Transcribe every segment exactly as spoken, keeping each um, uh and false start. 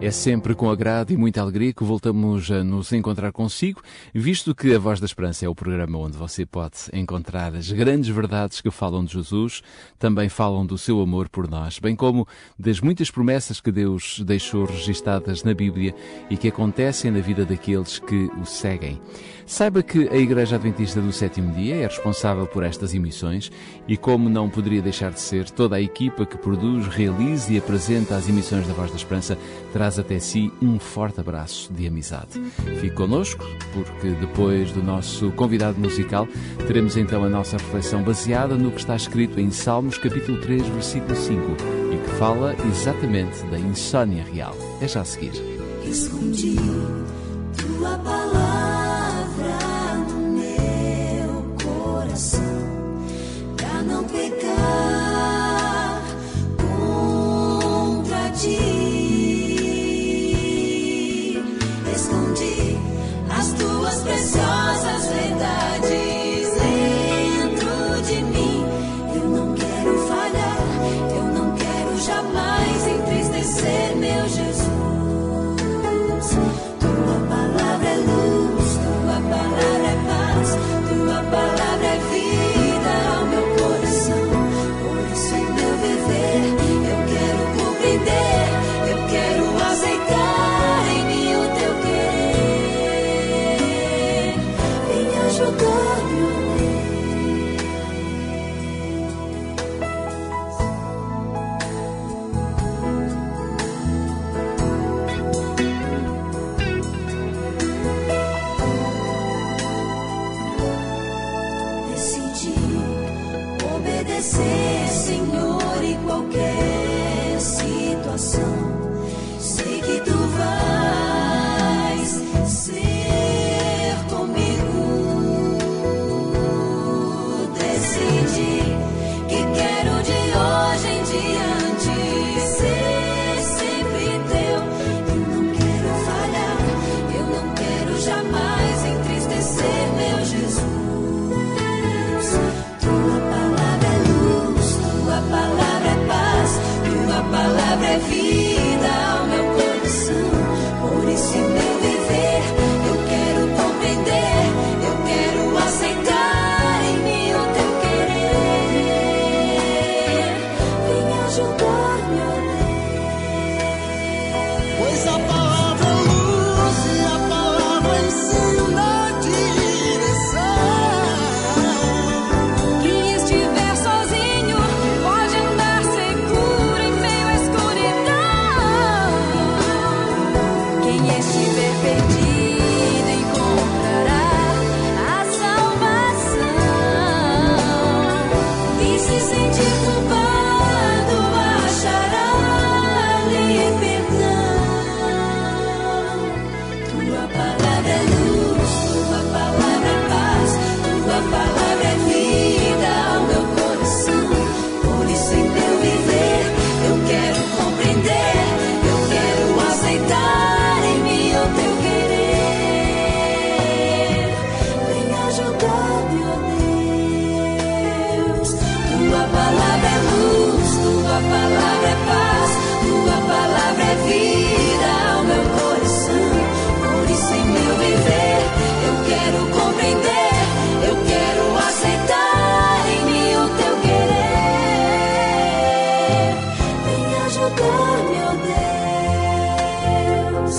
É sempre com agrado e muita alegria que voltamos a nos encontrar consigo, visto que a Voz da Esperança é o programa onde você pode encontrar as grandes verdades que falam de Jesus, também falam do seu amor por nós, bem como das muitas promessas que Deus deixou registadas na Bíblia e que acontecem na vida daqueles que o seguem. Saiba que a Igreja Adventista do Sétimo Dia é responsável por estas emissões e, como não poderia deixar de ser, toda a equipa que produz, realiza e apresenta as emissões da Voz da Esperança traz até si um forte abraço de amizade. Fique connosco, porque depois do nosso convidado musical teremos então a nossa reflexão baseada no que está escrito em Salmos capítulo três, versículo cinco, e que fala exatamente da insônia real. É já a seguir. Escondi tua palavra no meu coração, pra não pecar contra ti. Escondi as tuas preciosas verdades dentro de mim. Eu não quero falhar, eu não quero jamais entristecer meu Jesus. Tua palavra é luz, tua palavra é paz, tua palavra é vida ao meu coração. Por isso em meu viver eu quero compreender, eu quero aceitar em mim o teu querer. Vem ajudar-me, ó obedecer, Senhor, em qualquer situação. Sei que tu vais ser comigo. Decidi que quero de hoje em diante ser sempre teu. Eu não quero falhar, eu não quero jamais entristecer meu Jesus. Tua palavra é vida ao meu coração. Por isso em meu viver eu quero compreender, eu quero aceitar em mim o teu querer. Vem ajudar-me, ó Deus. Pois a palavra é luz e a palavra ensina a direção. Quem estiver sozinho pode andar seguro em meio à escuridão. Quem estiver perdido encontrará a salvação. Quem se sentir culpado achará ali perdão. Tua palavra é luz, tua palavra é paz, tua palavra é vida ao meu coração. Por isso em meu viver eu quero compreender, eu quero aceitar em mim o teu querer. Vem ajudar-me, ó Deus. Tua palavra é luz, tua palavra é paz, tua palavra é vida ao meu coração. Por isso em meu viver eu quero compreender, eu quero aceitar em mim o teu querer. Vem ajudar-me, ó Deus.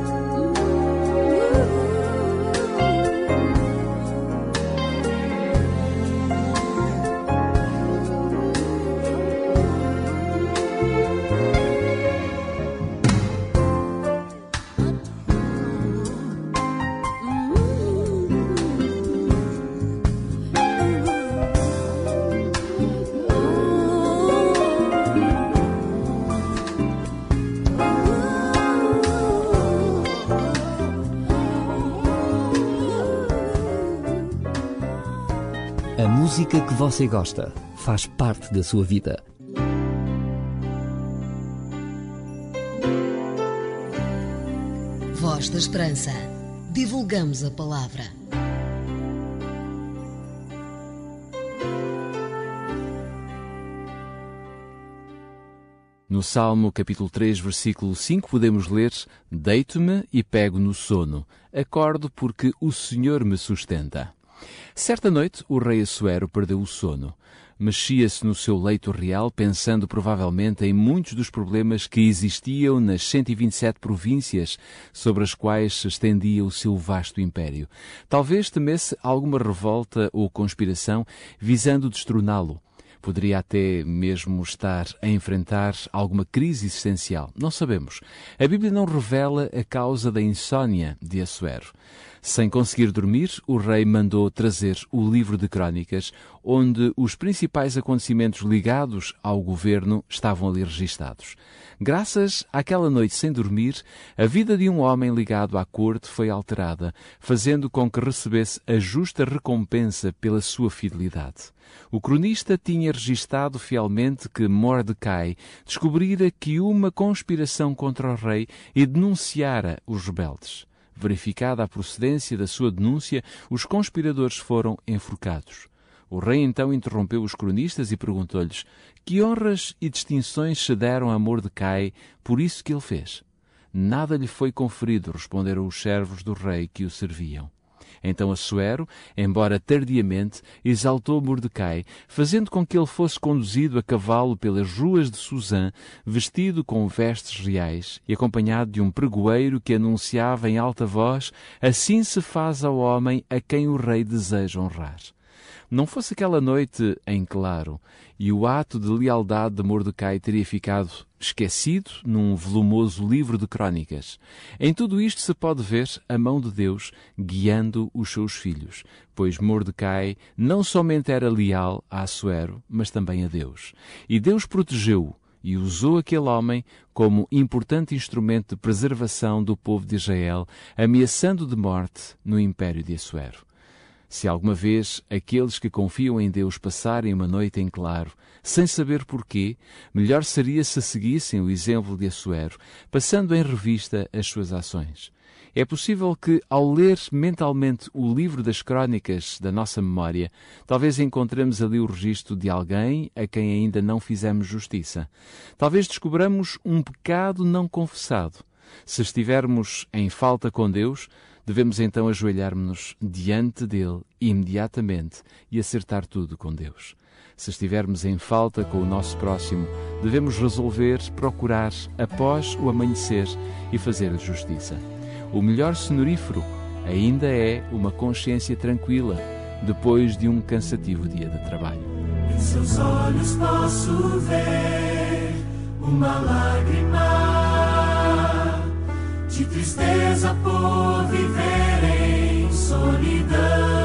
A música que você gosta faz parte da sua vida. Voz da Esperança. Divulgamos a palavra. No No Salmo capítulo três, versículo cinco, podemos ler: Deito-me e pego no sono, acordo porque o Senhor me sustenta. Certa noite, o rei Assuero perdeu o sono. Mexia-se no seu leito real, pensando provavelmente em muitos dos problemas que existiam nas cento e vinte e sete províncias sobre as quais se estendia o seu vasto império. Talvez temesse alguma revolta ou conspiração visando destroná-lo. Poderia até mesmo estar a enfrentar alguma crise existencial. Não sabemos. A Bíblia não revela a causa da insônia de Assuero. Sem conseguir dormir, o rei mandou trazer o livro de Crônicas, onde os principais acontecimentos ligados ao governo estavam ali registados. Graças àquela noite sem dormir, a vida de um homem ligado à corte foi alterada, fazendo com que recebesse a justa recompensa pela sua fidelidade. O cronista tinha registado fielmente que Mordecai descobrira que uma conspiração contra o rei e denunciara os rebeldes. Verificada a procedência da sua denúncia, os conspiradores foram enforcados. O rei então interrompeu os cronistas e perguntou-lhes que honras e distinções se deram a Mordecai por isso que ele fez. Nada lhe foi conferido, responderam os servos do rei que o serviam. Então Assuero, embora tardiamente, exaltou Mordecai, fazendo com que ele fosse conduzido a cavalo pelas ruas de Susã, vestido com vestes reais e acompanhado de um pregoeiro que anunciava em alta voz: assim se faz ao homem a quem o rei deseja honrar. Não fosse aquela noite em claro, e o ato de lealdade de Mordecai teria ficado esquecido num volumoso livro de crônicas. Em tudo isto se pode ver a mão de Deus guiando os seus filhos, pois Mordecai não somente era leal a Assuero, mas também a Deus. E Deus protegeu-o e usou aquele homem como importante instrumento de preservação do povo de Israel, ameaçando de morte no império de Assuero. Se alguma vez aqueles que confiam em Deus passarem uma noite em claro, sem saber porquê, melhor seria se seguissem o exemplo de Assuero, passando em revista as suas ações. É possível que, ao ler mentalmente o livro das crônicas da nossa memória, talvez encontremos ali o registro de alguém a quem ainda não fizemos justiça. Talvez descobramos um pecado não confessado. Se estivermos em falta com Deus, devemos então ajoelhar-nos diante dele imediatamente e acertar tudo com Deus. Se estivermos em falta com o nosso próximo, devemos resolver procurar após o amanhecer e fazer a justiça. O melhor sonorífero ainda é uma consciência tranquila depois de um cansativo dia de trabalho. Em seus olhos posso ver uma lágrima de tristeza por viver em solidão,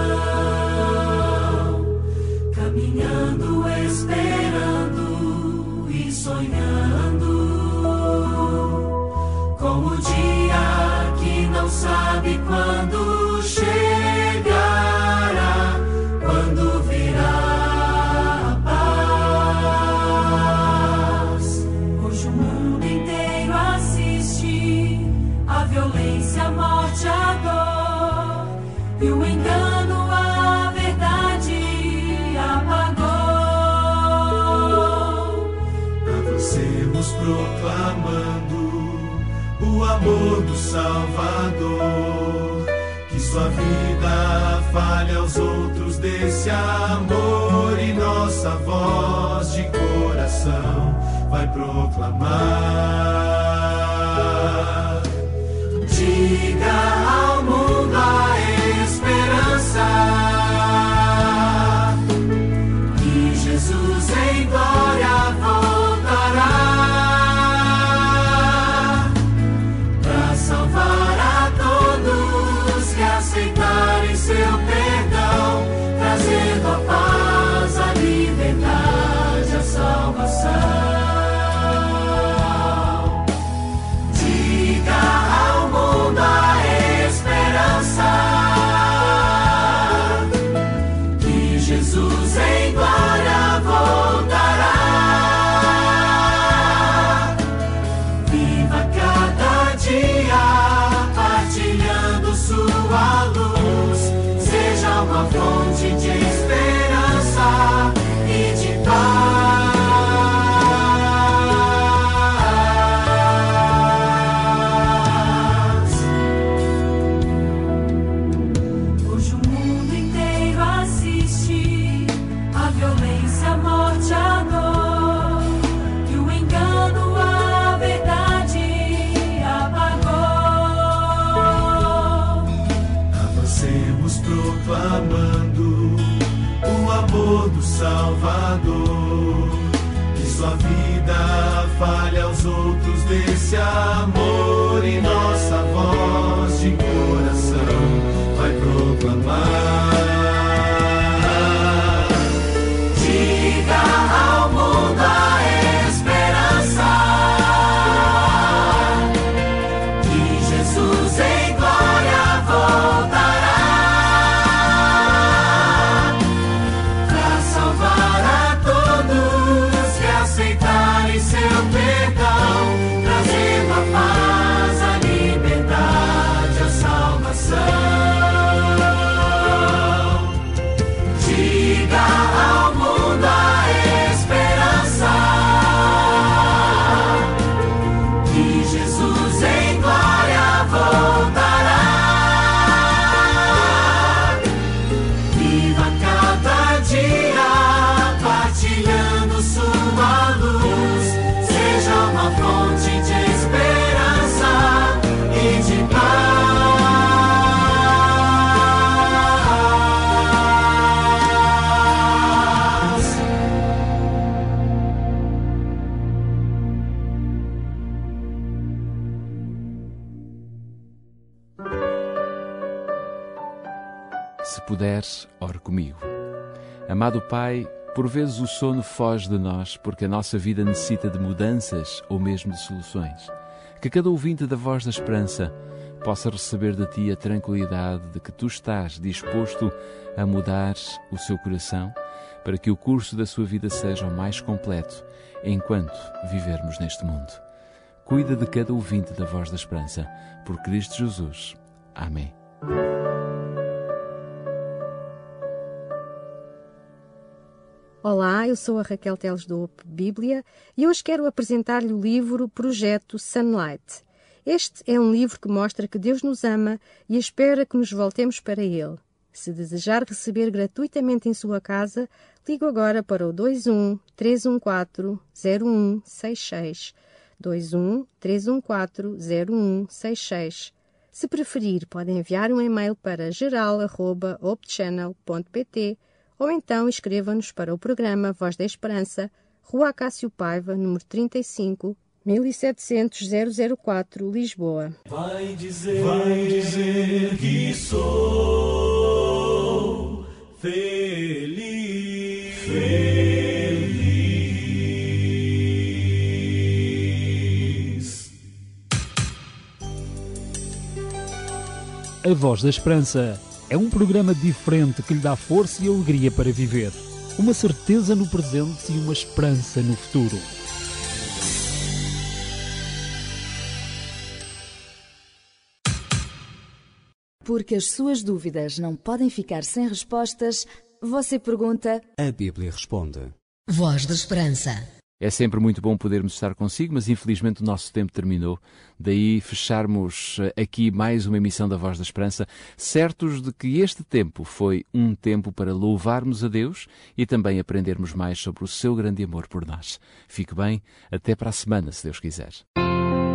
caminhando, esperando e sonhando com o dia que não sabe quando chegará, quando virá a paz. Hoje o mundo inteiro assiste a violência, a morte, a dor, e o engano, a verdade apagou. Avancemos proclamando o amor do Salvador, que sua vida fale aos outros desse amor, e nossa voz de coração vai proclamar. Diga ao mundo a esperança que Jesus em glória voltará para salvar a todos que aceitarem seu perdão, trazendo a paz, a liberdade, a salvação. Jesus em glória voltará. Viva cada dia partilhando sua luz, seja uma fonte de esperança e de paz. proclamando o amor do Salvador. Que sua vida fale aos outros desse amor, e nossa voz de coração vai proclamar. Diga ao mundo a esperança, que Jesus em glória voltará para salvar a todos que aceitarem seu perdão, trazendo a paz, a liberdade, a salvação. Diga ao mundo a esperança, que Jesus em glória voltará. Viva cada dia partilhando sua luz, seja uma fonte de esperança e de paz. Se puderes, ore comigo. Amado Pai, por vezes o sono foge de nós porque a nossa vida necessita de mudanças ou mesmo de soluções. Que cada ouvinte da Voz da Esperança possa receber de Ti a tranquilidade de que Tu estás disposto a mudar o seu coração para que o curso da sua vida seja o mais completo enquanto vivermos neste mundo. Cuida de cada ouvinte da Voz da Esperança, por Cristo Jesus. Amém. Olá, eu sou a Raquel Teles do Hope Bíblia e hoje quero apresentar-lhe o livro Projeto Sunlight. Este é um livro que mostra que Deus nos ama e espera que nos voltemos para Ele. Se desejar receber gratuitamente em sua casa, ligue agora para o dois um, três um quatro, zero um seis seis. dois um, três um quatro, zero um seis seis. Se preferir, pode enviar um e-mail para geral arroba opechannel ponto pt ou então escreva-nos para o programa Voz da Esperança, Rua Acácio Paiva, número trinta e cinco, mil e setecentos, zero zero quatro, Lisboa. Vai dizer, vai dizer que sou feliz, feliz. A Voz da Esperança é um programa diferente que lhe dá força e alegria para viver, uma certeza no presente e uma esperança no futuro. Porque as suas dúvidas não podem ficar sem respostas, você pergunta, A Bíblia responde. Voz da Esperança. É sempre muito bom podermos estar consigo, mas infelizmente o nosso tempo terminou. Daí fecharmos aqui mais uma emissão da Voz da Esperança, certos de que este tempo foi um tempo para louvarmos a Deus e também aprendermos mais sobre o seu grande amor por nós. Fique bem, até para a semana, se Deus quiser.